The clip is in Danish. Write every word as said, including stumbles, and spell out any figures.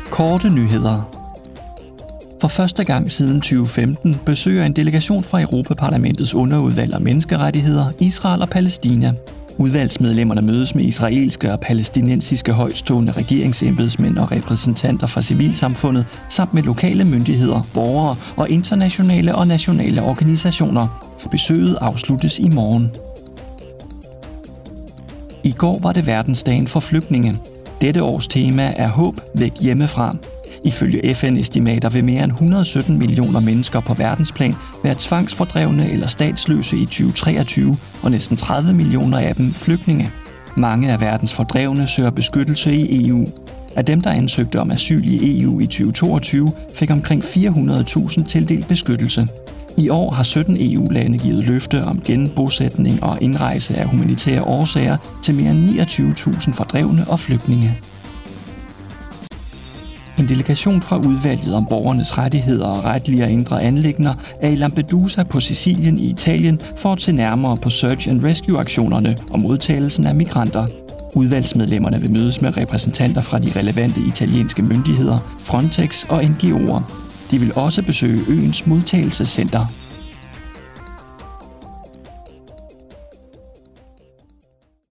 Korte nyheder. For første gang siden tyve femten besøger en delegation fra Europaparlamentets underudvalg om menneskerettigheder Israel og Palæstina. Udvalgsmedlemmerne mødes med israelske og palæstinensiske højtstående regeringsembedsmænd og repræsentanter fra civilsamfundet, samt med lokale myndigheder, borgere og internationale og nationale organisationer. Besøget afsluttes i morgen. I går var det verdensdagen for flygtninge. Dette års tema er håb væk hjemmefra. Ifølge F N-estimater vil mere end et hundrede og sytten millioner mennesker på verdensplan være tvangsfordrevne eller statsløse i tyve treogtyve, og næsten tredive millioner af dem flygtninge. Mange af verdens fordrevne søger beskyttelse i E U. Af dem, der ansøgte om asyl i E U i tyve toogtyve, fik omkring fire hundrede tusind tildelt beskyttelse. I år har sytten E U-lande givet løfte om genbosætning og indrejse af humanitære årsager til mere end niogtyve tusind fordrevne og flygtninge. En delegation fra udvalget om borgernes rettigheder og retlige og indre anliggender er i Lampedusa på Sicilien i Italien for at se nærmere på search and rescue-aktionerne og modtagelsen af migranter. Udvalgsmedlemmerne vil mødes med repræsentanter fra de relevante italienske myndigheder, Frontex og N G O'er. De vil også besøge øens modtagelsescenter.